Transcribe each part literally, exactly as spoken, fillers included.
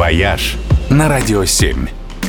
«Вояж» на Радио семь.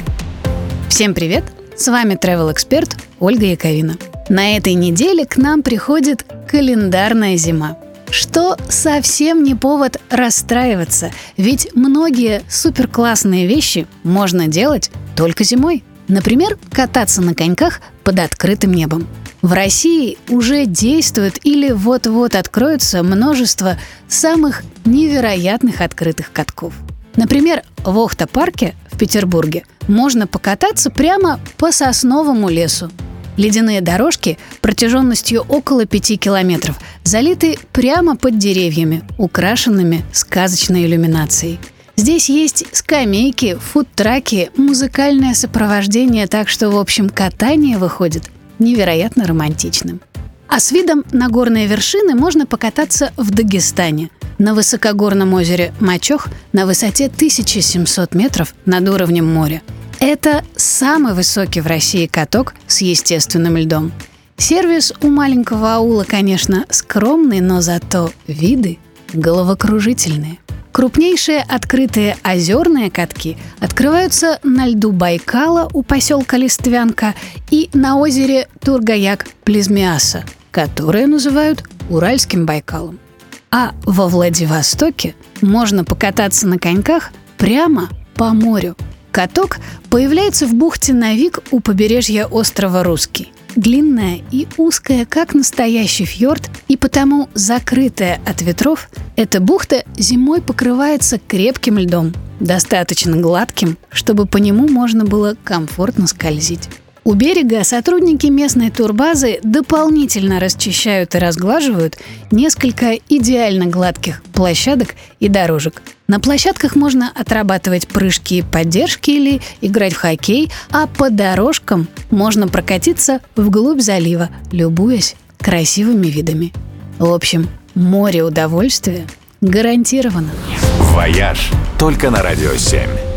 Всем привет! С вами travel-эксперт Ольга Яковина. На этой неделе к нам приходит календарная зима. Что совсем не повод расстраиваться, ведь многие суперклассные вещи можно делать только зимой. Например, кататься на коньках под открытым небом. В России уже действует или вот-вот откроется множество самых невероятных открытых катков. Например, в Охта-парке в Петербурге можно покататься прямо по сосновому лесу. Ледяные дорожки протяженностью около пяти километров залиты прямо под деревьями, украшенными сказочной иллюминацией. Здесь есть скамейки, фудтраки, музыкальное сопровождение, так что, в общем, катание выходит невероятно романтичным. А с видом на горные вершины можно покататься в Дагестане, на высокогорном озере Мачох на высоте тысяча семьсот метров над уровнем моря. Это самый высокий в России каток с естественным льдом. Сервис у маленького аула, конечно, скромный, но зато виды головокружительные. Крупнейшие открытые озерные катки открываются на льду Байкала у поселка Листвянка и на озере Тургаяк-Плизмеаса, которое называют Уральским Байкалом. А во Владивостоке можно покататься на коньках прямо по морю. Каток появляется в бухте Навик у побережья острова Русский. Длинная и узкая, как настоящий фьорд, и потому закрытая от ветров, эта бухта зимой покрывается крепким льдом, достаточно гладким, чтобы по нему можно было комфортно скользить. У берега сотрудники местной турбазы дополнительно расчищают и разглаживают несколько идеально гладких площадок и дорожек. На площадках можно отрабатывать прыжки и поддержки или играть в хоккей, а по дорожкам можно прокатиться вглубь залива, любуясь красивыми видами. В общем, море удовольствия гарантировано. «Вояж» только на Радио семь.